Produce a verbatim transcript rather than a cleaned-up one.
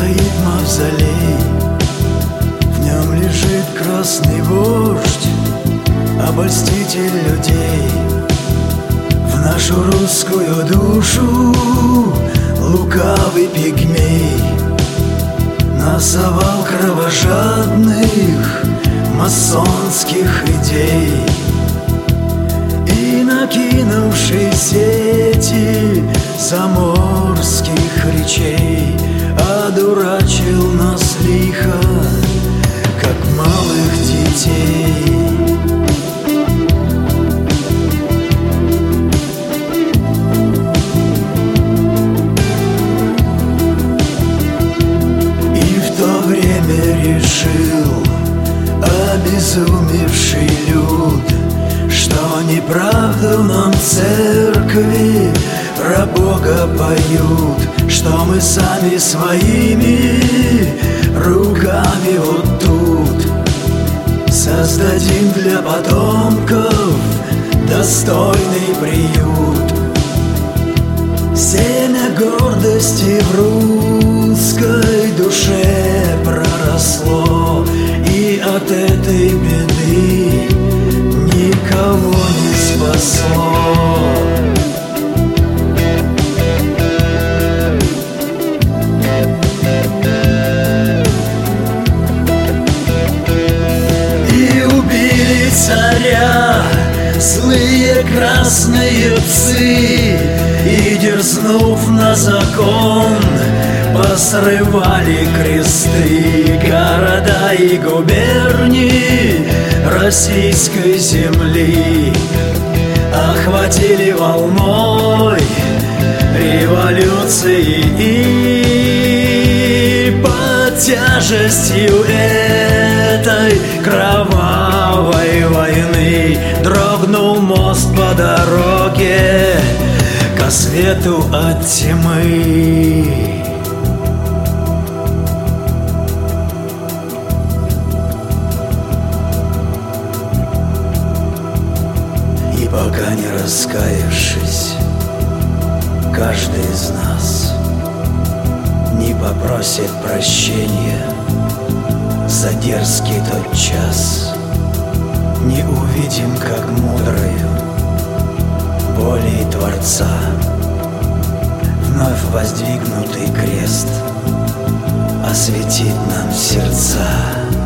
стоит мавзолей, в нем лежит красный вождь, обольститель людей. В нашу русскую душу лукавый пигмей насовал кровожадных масонских идей. И, накинувший сети заморских речей, одурачил нас лихо, как малых детей. И в то время решил обезумевший люд, что неправду нам церкви про Бога поют, что мы сами своими руками вот тут создадим для потомков достойный приют. Семя гордости в русской душе проросло, и от этой беды никого не спасло. И убили царя злые красные псы, и, дерзнув на закон, посрывали кресты города и губернии российской земли. Охватили волной революции, и под тяжестью этой кровавой войны дрогнул мост по дороге ко свету от тьмы. И пока не раскаявшись, каждый из нас не попросит прощения за дерзкий тот час, не увидим, как мудрою волей Творца вновь воздвигнутый крест осветит нам сердца.